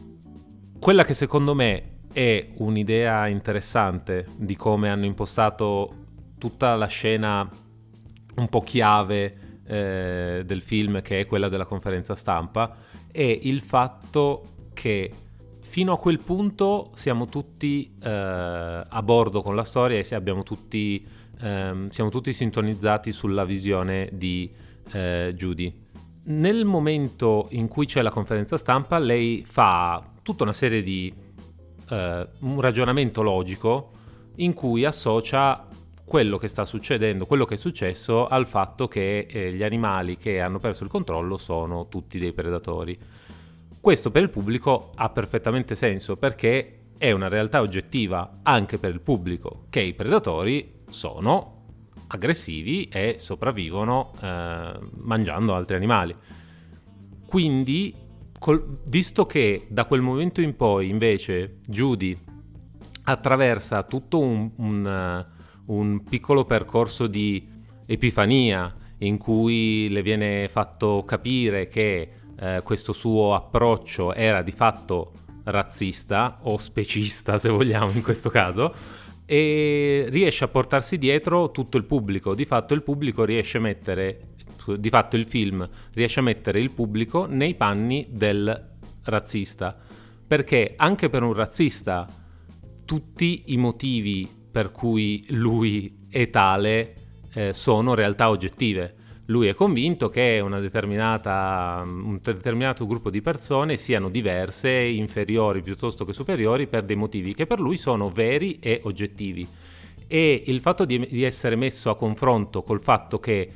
quella che secondo me è un'idea interessante di come hanno impostato tutta la scena un po' chiave eh, del film, che è quella della conferenza stampa, è il fatto che fino a quel punto siamo tutti eh, a bordo con la storia e abbiamo tutti, ehm, siamo tutti sintonizzati sulla visione di eh, Judy. Nel momento in cui c'è la conferenza stampa, lei fa tutta una serie di Uh, un ragionamento logico in cui associa quello che sta succedendo, quello che è successo, al fatto che eh, gli animali che hanno perso il controllo sono tutti dei predatori. Questo per il pubblico ha perfettamente senso, perché è una realtà oggettiva anche per il pubblico, che i predatori sono aggressivi e sopravvivono eh, mangiando altri animali. Quindi, Col, visto che da quel momento in poi invece Judy attraversa tutto un, un, un piccolo percorso di epifania in cui le viene fatto capire che eh, questo suo approccio era di fatto razzista o specista, se vogliamo in questo caso, e riesce a portarsi dietro tutto il pubblico. Di fatto il pubblico riesce a mettere di fatto il film riesce a mettere il pubblico nei panni del razzista, perché anche per un razzista tutti i motivi per cui lui è tale eh, sono realtà oggettive. Lui è convinto che una determinata, un determinato gruppo di persone siano diverse, inferiori piuttosto che superiori, per dei motivi che per lui sono veri e oggettivi. E il fatto di, di essere messo a confronto col fatto che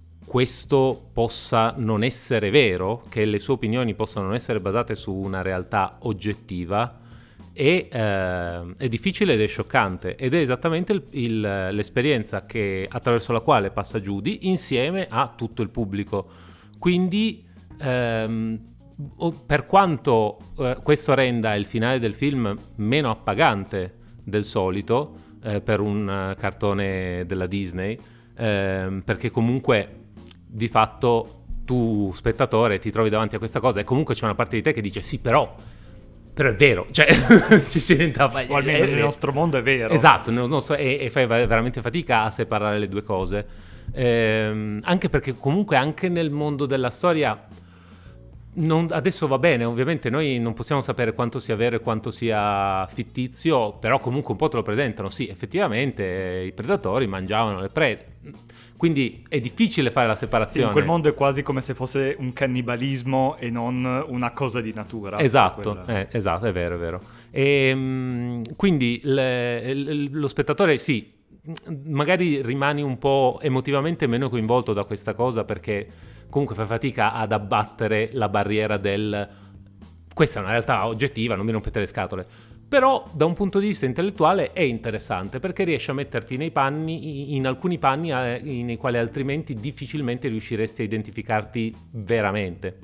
questo possa non essere vero, che le sue opinioni possano non essere basate su una realtà oggettiva, è, eh, è difficile ed è scioccante, ed è esattamente il, il, l'esperienza che, attraverso la quale passa Judy insieme a tutto il pubblico. Quindi ehm, per quanto eh, questo renda il finale del film meno appagante del solito eh, per un uh, cartone della Disney, eh, perché comunque di fatto tu spettatore ti trovi davanti a questa cosa e comunque c'è una parte di te che dice sì, però però è vero, cioè ci si diventa, o almeno nel nostro mondo è vero, esatto, non, non so, e, e fai veramente fatica a separare le due cose, ehm, anche perché comunque anche nel mondo della storia non, adesso va bene, ovviamente noi non possiamo sapere quanto sia vero e quanto sia fittizio, però comunque un po' te lo presentano, sì, effettivamente i predatori mangiavano le prede. Quindi è difficile fare la separazione. Sì, in quel mondo è quasi come se fosse un cannibalismo e non una cosa di natura. Esatto, eh, esatto, è vero, è vero. E, quindi le, lo spettatore, sì, magari rimani un po' emotivamente meno coinvolto da questa cosa, perché comunque fai fatica ad abbattere la barriera del questa è una realtà oggettiva, non mi rompete le scatole. Però da un punto di vista intellettuale è interessante, perché riesci a metterti nei panni, in alcuni panni nei quali altrimenti difficilmente riusciresti a identificarti veramente.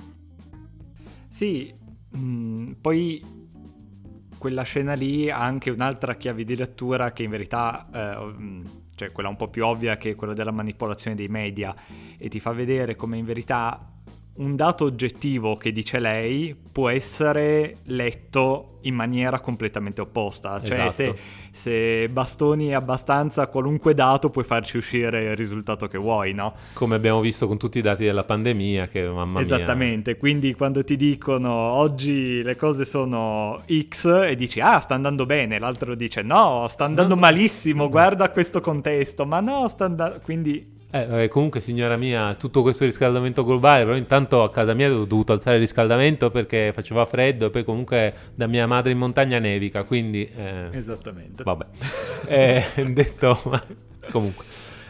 Sì, mh, poi quella scena lì ha anche un'altra chiave di lettura che in verità, eh, cioè quella un po' più ovvia, che è quella della manipolazione dei media, e ti fa vedere come in verità un dato oggettivo che dice lei può essere letto in maniera completamente opposta. Cioè, Esatto. se, se bastoni abbastanza qualunque dato puoi farci uscire il risultato che vuoi, no? Come abbiamo visto con tutti i dati della pandemia, che mamma mia. Esattamente, quindi quando ti dicono oggi le cose sono X e dici ah sta andando bene, l'altro dice no sta andando No. malissimo, guarda questo contesto, ma no sta andando, quindi... Eh, eh, comunque signora mia, tutto questo riscaldamento globale, però intanto a casa mia ho dovuto alzare il riscaldamento perché faceva freddo e poi comunque da mia madre in montagna nevica, quindi... Eh, Esattamente. vabbè, eh, detto... comunque...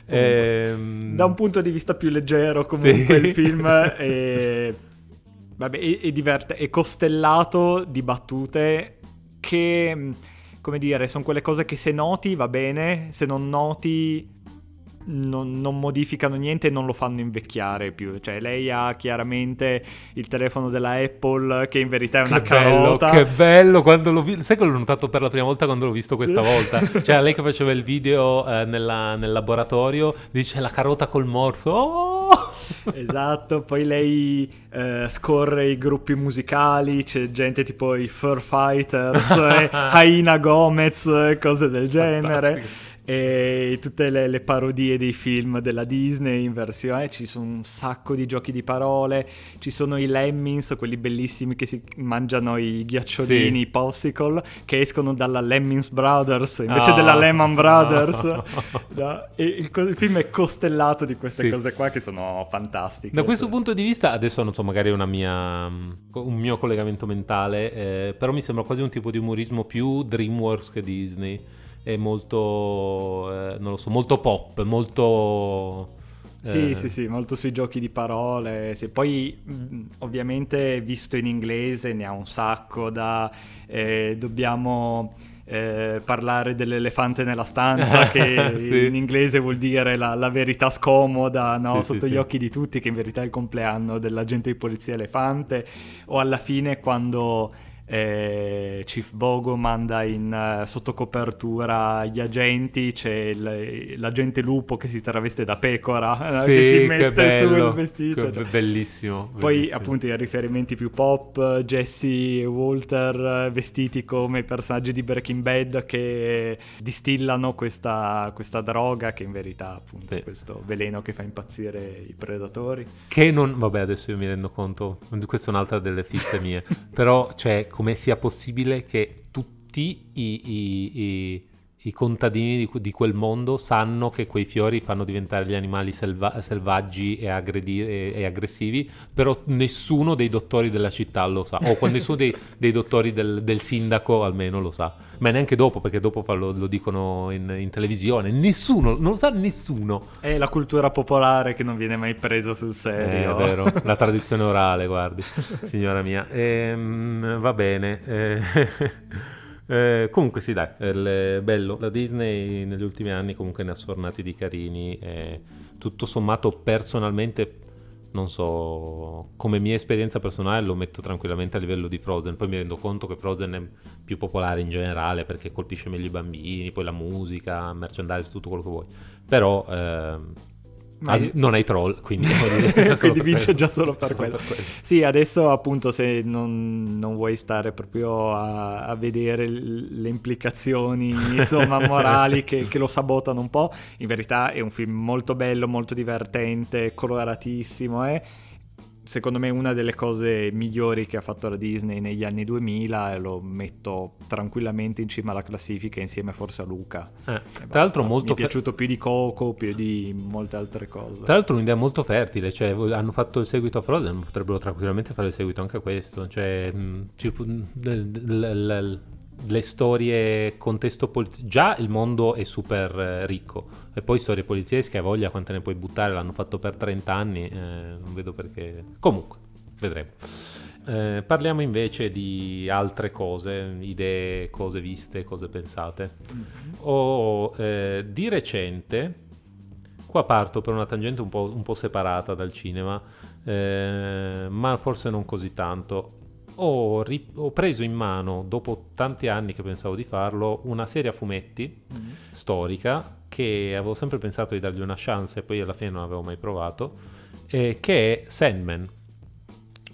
Ehm... Da un punto di vista più leggero comunque Sì. il film è, vabbè, è, è, diverte- è costellato di battute che, come dire, sono quelle cose che se noti va bene, se non noti non, non modificano niente e non lo fanno invecchiare più. Cioè lei ha chiaramente il telefono della Apple che in verità è una Che bello, carota. che bello quando l'ho visto. Sai che l'ho notato per la prima volta quando l'ho visto questa Sì. volta? Cioè lei che faceva il video eh, nella- nel laboratorio dice la carota col morso. Oh! Esatto, poi lei eh, scorre i gruppi musicali, c'è gente tipo i Fur Fighters, e Haina Gomez, e cose del genere. Fantastico. E tutte le, le parodie dei film della Disney in versione, ci sono un sacco di giochi di parole, ci sono i Lemmings, quelli bellissimi che si mangiano i ghiacciolini, Sì. i popsicle, che escono dalla Lemmings Brothers invece Oh. della Lehman Brothers. No. No, e il, co- il film è costellato di queste Sì. cose qua che sono fantastiche. Da questo punto di vista, adesso non so, magari è una mia, un mio collegamento mentale, eh, però mi sembra quasi un tipo di umorismo più DreamWorks che Disney. È molto, eh, non lo so, molto pop, molto... Sì, eh, sì, sì, molto sui giochi di parole. Sì. Poi, mh, ovviamente, visto in inglese ne ha un sacco da... eh, dobbiamo... Eh, parlare dell'elefante nella stanza che Sì. in inglese vuol dire la, la verità scomoda, no? Sì, Sotto sì, gli sì. occhi di tutti, che in verità è il compleanno dell'agente di polizia elefante, o alla fine quando eh, Chief Bogo manda in eh, sotto copertura gli agenti, c'è il- l'agente lupo che si traveste da pecora, eh, Sì, che si che mette bello, sul vestito, che cioè. bellissimo, Poi bellissimo. appunto i riferimenti più pop, Jesse e Walter eh, vestiti come i personaggi di Breaking Bad che distillano questa, questa droga che in verità appunto Sì. è questo veleno che fa impazzire i predatori. Che non, vabbè, adesso io mi rendo conto, questa è un'altra delle fisse mie, però, cioè, come sia possibile che tutti i, i- i- i contadini di, di quel mondo sanno che quei fiori fanno diventare gli animali selva- selvaggi e, aggredi- e- e aggressivi, però nessuno dei dottori della città lo sa, o quando nessuno dei, dei dottori del, del sindaco almeno lo sa, ma neanche dopo, perché dopo fa- lo, lo dicono in, in televisione, nessuno, non lo sa nessuno. È la cultura popolare che non viene mai presa sul serio. Eh, È vero, la tradizione orale, guardi, signora mia. Ehm, va bene. eh, eh, comunque sì, dai, è bello. La Disney negli ultimi anni comunque ne ha sfornati di carini. E tutto sommato, personalmente, non so, come mia esperienza personale lo metto tranquillamente a livello di Frozen. Poi mi rendo conto che Frozen è più popolare in generale perché colpisce meglio i bambini, poi la musica, merchandise, tutto quello che vuoi. Però... ehm, Ma- Ah, non hai troll, quindi, solo quindi per vince quello. già solo per Solo quello. per quello. Sì, adesso appunto se non, non vuoi stare proprio a, a vedere l- le implicazioni insomma morali che, che lo sabotano un po', in verità è un film molto bello, molto divertente, coloratissimo, eh. Secondo me una delle cose migliori che ha fatto la Disney negli anni duemila, e lo metto tranquillamente in cima alla classifica insieme forse a Luca. Eh, E tra l'altro basta. molto mi è fe- piaciuto più di Coco, più di molte altre cose. Tra l'altro un'idea molto fertile, cioè vo- hanno fatto il seguito a Frozen, potrebbero tranquillamente fare il seguito anche a questo, cioè mh, ci pu- l- l- l- le storie contesto polizia, già il mondo è super eh, ricco e poi storie poliziesche, hai voglia quante ne puoi buttare, l'hanno fatto per trenta anni, eh, non vedo perché, comunque vedremo. Eh, parliamo invece di altre cose, idee, cose viste, cose pensate. Ho eh, di recente, qua parto per una tangente un po', un po' separata dal cinema, eh, ma forse non così tanto. Ho, ri- ho preso in mano, dopo tanti anni che pensavo di farlo, una serie a fumetti Mm. storica che avevo sempre pensato di dargli una chance e poi alla fine non avevo mai provato, eh, che è Sandman.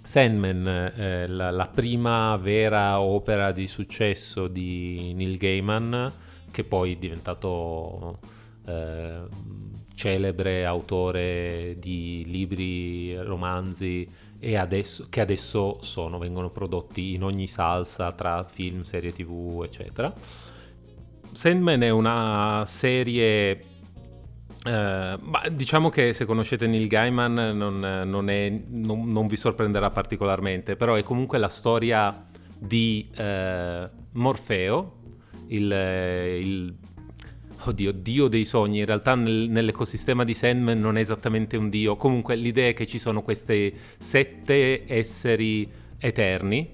Sandman, eh, la, la prima vera opera di successo di Neil Gaiman, che poi è diventato eh, celebre autore di libri, romanzi, e adesso, che adesso sono, vengono prodotti in ogni salsa tra film, serie tv, eccetera. Sandman è una serie... Uh, ma diciamo che se conoscete Neil Gaiman non, non, è, non, non vi sorprenderà particolarmente, però è comunque la storia di uh, Morfeo, il, il oddio, dio dei sogni. In realtà nel, nell'ecosistema di Sandman non è esattamente un dio, comunque l'idea è che ci sono questi sette esseri eterni,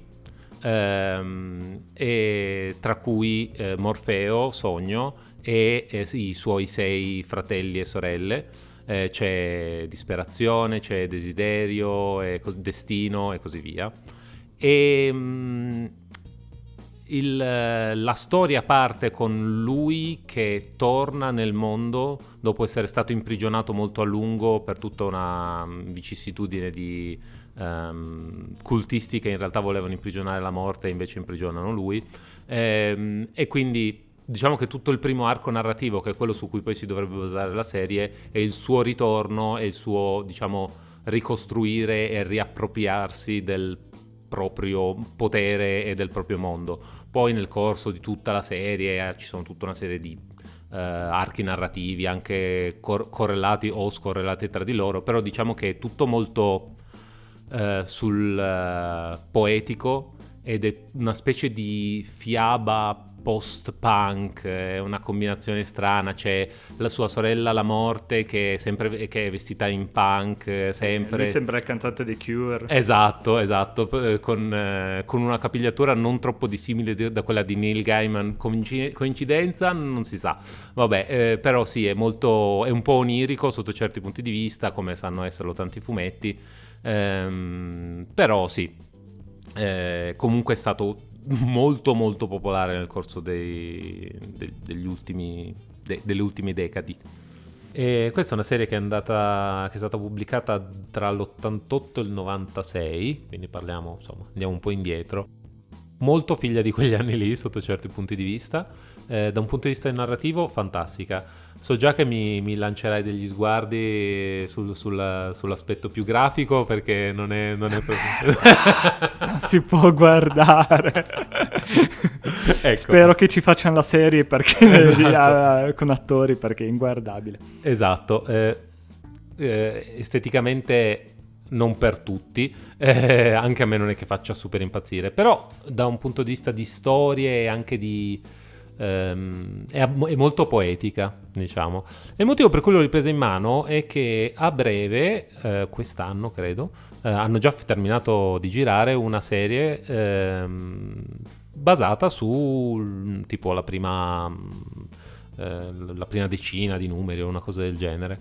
um, e tra cui uh, Morfeo, Sogno, e eh, i suoi sei fratelli e sorelle. Eh, c'è disperazione, c'è desiderio, e co- destino e così via. E mh, il, la storia parte con lui che torna nel mondo dopo essere stato imprigionato molto a lungo per tutta una vicissitudine di um, cultisti che in realtà volevano imprigionare la morte e invece imprigionano lui. E, e quindi diciamo che tutto il primo arco narrativo, che è quello su cui poi si dovrebbe basare la serie, è il suo ritorno e il suo, diciamo, ricostruire e riappropriarsi del proprio potere e del proprio mondo. Poi nel corso di tutta la serie eh, ci sono tutta una serie di uh, archi narrativi anche cor- correlati o scorrelati tra di loro, però diciamo che è tutto molto uh, sul uh, poetico, ed è una specie di fiaba post-punk, è una combinazione strana. C'è la sua sorella La Morte che è sempre che è vestita in punk sempre. Lui sembra il cantante dei Cure. Esatto, esatto, con, eh, con una capigliatura non troppo dissimile da quella di Neil Gaiman. Coincidenza? Non si sa. Vabbè, eh, però sì, è molto, è un po' onirico sotto certi punti di vista, come sanno esserlo tanti fumetti. Ehm, però sì. Eh, comunque è stato molto molto popolare nel corso dei, de, degli ultimi, de, delle ultime decadi. E questa è una serie che è andata che è stata pubblicata tra l'ottantotto e il novantasei, quindi parliamo, insomma, andiamo un po' indietro. Molto figlia di quegli anni lì sotto certi punti di vista. Eh, da un punto di vista narrativo fantastica. So già che mi, mi lancerai degli sguardi sul, sul, sull'aspetto più grafico, perché non è, non è proprio... non si può guardare. Ecco. Spero che ci facciano la serie perché esatto. uh, con attori, perché è inguardabile. Esatto. Eh, eh, esteticamente non per tutti, eh, anche a me non è che faccia super impazzire, però da un punto di vista di storie e anche di... Um, è, è molto poetica, diciamo. E il motivo per cui l'ho ripresa in mano è che a breve, eh, quest'anno credo, eh, hanno già terminato di girare una serie ehm, basata su tipo la prima eh, la prima decina di numeri o una cosa del genere.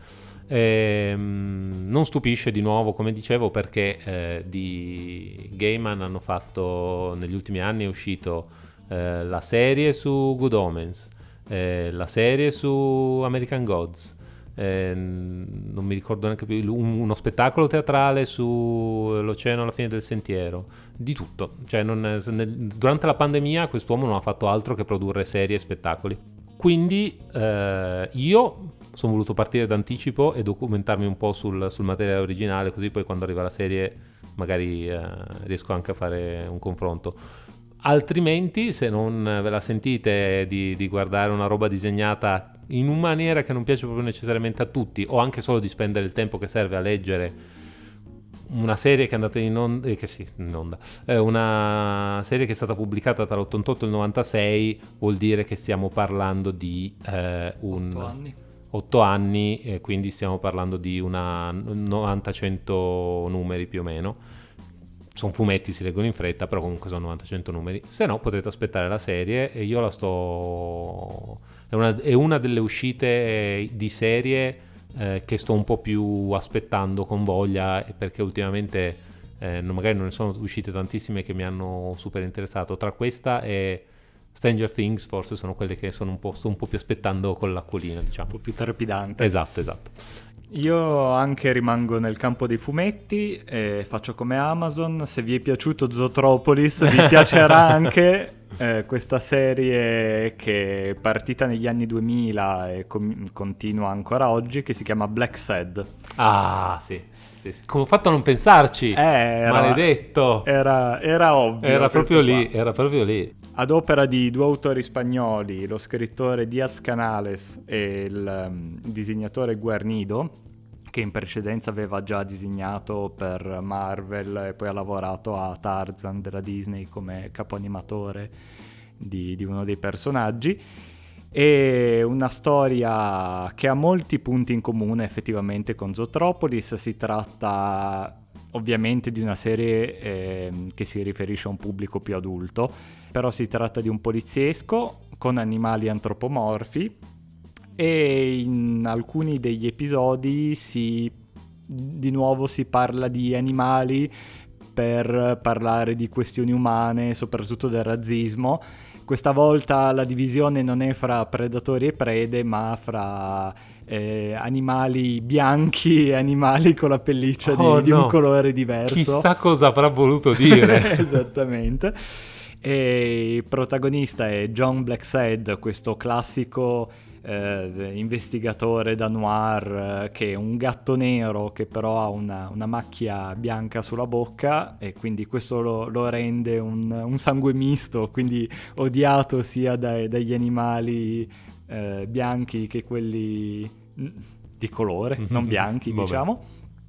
E, non stupisce, di nuovo, come dicevo, perché eh, di Gaiman hanno fatto negli ultimi anni, è uscito Eh, la serie su Good Omens, eh, la serie su American Gods, eh, non mi ricordo neanche più, un, uno spettacolo teatrale su L'Oceano alla fine del sentiero, di tutto. Cioè, non, nel, durante la pandemia quest'uomo non ha fatto altro che produrre serie e spettacoli. Quindi eh, io sono voluto partire d'anticipo e documentarmi un po' sul, sul materiale originale, così poi quando arriva la serie magari eh, riesco anche a fare un confronto. Altrimenti, se non ve la sentite di, di guardare una roba disegnata in una maniera che non piace proprio necessariamente a tutti, o anche solo di spendere il tempo che serve a leggere una serie che è andata in onda, eh, che sì, in onda, eh, una serie che è stata pubblicata tra l'ottantotto e il novantasei, vuol dire che stiamo parlando di eh, un... otto anni. otto anni, e quindi stiamo parlando di una novanta cento numeri più o meno. Sono fumetti, si leggono in fretta, però comunque sono novanta cento numeri. Se no potete aspettare la serie, e io la sto... È una, è una delle uscite di serie eh, che sto un po' più aspettando con voglia, perché ultimamente eh, magari non ne sono uscite tantissime che mi hanno super interessato. Tra questa e Stranger Things forse sono quelle che sono un po', sto un po' più aspettando con l'acquolina, diciamo. Un po' più trepidante. Esatto, esatto. Io anche rimango nel campo dei fumetti e faccio come Amazon. Se vi è piaciuto Zootropolis vi piacerà anche eh, questa serie che è partita negli anni duemila e com- continua ancora oggi, che si chiama Black Sad. Ah, sì. Sì, sì. Come ho fatto a non pensarci? Eh, era, Maledetto. Era, era ovvio. Era proprio lì, qua. era proprio lì. Ad opera di due autori spagnoli, lo scrittore Diaz Canales e il um, disegnatore Guarnido, che in precedenza aveva già disegnato per Marvel e poi ha lavorato a Tarzan della Disney come capoanimatore di, di uno dei personaggi. È una storia che ha molti punti in comune effettivamente con Zootropolis. Si tratta ovviamente di una serie eh, che si riferisce a un pubblico più adulto, però si tratta di un poliziesco con animali antropomorfi e in alcuni degli episodi si, di nuovo si parla di animali per parlare di questioni umane, soprattutto del razzismo. Questa volta la divisione non è fra predatori e prede, ma fra eh, animali bianchi e animali con la pelliccia oh, di, no. di un colore diverso. Chissà cosa avrà voluto dire. Esattamente. E il protagonista è John Blacksad, questo classico eh, investigatore da noir eh, che è un gatto nero che però ha una, una macchia bianca sulla bocca, e quindi questo lo, lo rende un, un sangue misto, quindi odiato sia dai, dagli animali eh, bianchi che quelli di colore, non bianchi diciamo.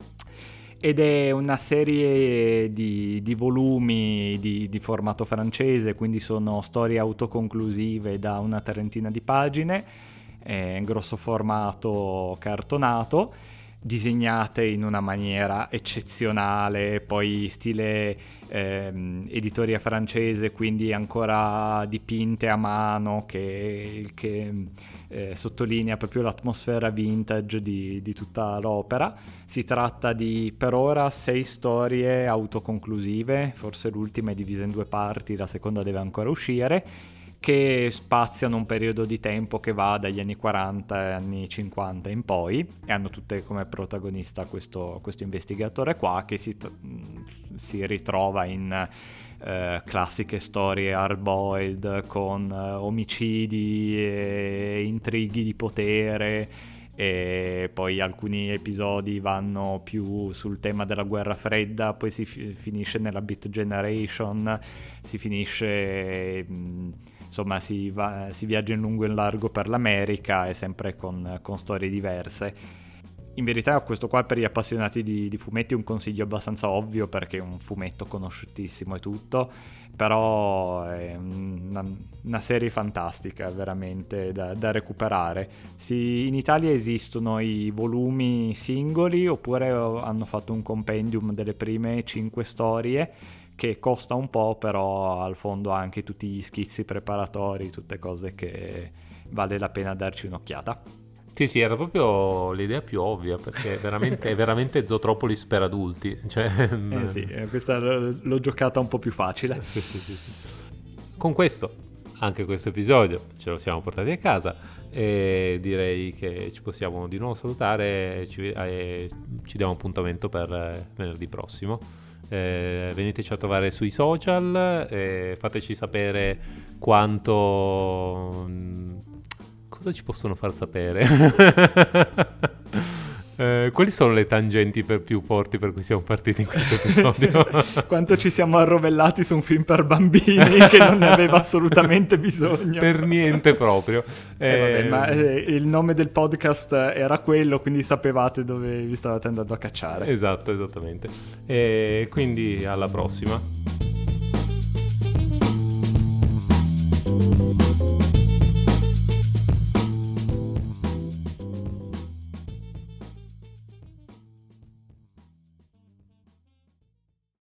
Ed è una serie di, di volumi di, di formato francese, quindi sono storie autoconclusive da una trentina di pagine, eh, in grosso formato cartonato, disegnate in una maniera eccezionale, poi stile ehm, editoria francese, quindi ancora dipinte a mano, che, che eh, sottolinea proprio l'atmosfera vintage di, di tutta l'opera. Si tratta di per ora sei storie autoconclusive, forse l'ultima è divisa in due parti, la seconda deve ancora uscire, che spaziano un periodo di tempo che va dagli anni quaranta agli anni cinquanta in poi, e hanno tutte come protagonista questo, questo investigatore qua che si, si ritrova in eh, classiche storie hard-boiled con eh, omicidi e intrighi di potere, e poi alcuni episodi vanno più sul tema della guerra fredda, poi si fi- finisce nella Beat Generation, si finisce... Mh, insomma si, va, si viaggia in lungo e in largo per l'America, e sempre con, con storie diverse. In verità questo qua per gli appassionati di, di fumetti è un consiglio abbastanza ovvio, perché è un fumetto conosciutissimo e tutto, però è una, una serie fantastica veramente da, da recuperare. Si, in Italia esistono i volumi singoli, oppure hanno fatto un compendium delle prime cinque storie che costa un po', però al fondo ha anche tutti gli schizzi preparatori, tutte cose che vale la pena darci un'occhiata. Sì, sì, era proprio l'idea più ovvia, perché veramente, è veramente Zootropolis per adulti. Cioè, eh sì, questa l'ho giocata un po' più facile. Sì, sì, sì, sì. Con questo, anche questo episodio ce lo siamo portati a casa, e direi che ci possiamo di nuovo salutare e ci, e ci diamo appuntamento per venerdì prossimo. Eh, veniteci a trovare sui social, eh, fateci sapere quanto... cosa ci possono far sapere? eh, quali sono le tangenti per più forti per cui siamo partiti in questo episodio? Quanto ci siamo arrovellati su un film per bambini che non ne aveva assolutamente bisogno. Per niente proprio. Eh, eh, vabbè, ma eh, il nome del podcast era quello, quindi sapevate dove vi stavate andando a cacciare. Esatto, esattamente. E quindi alla prossima.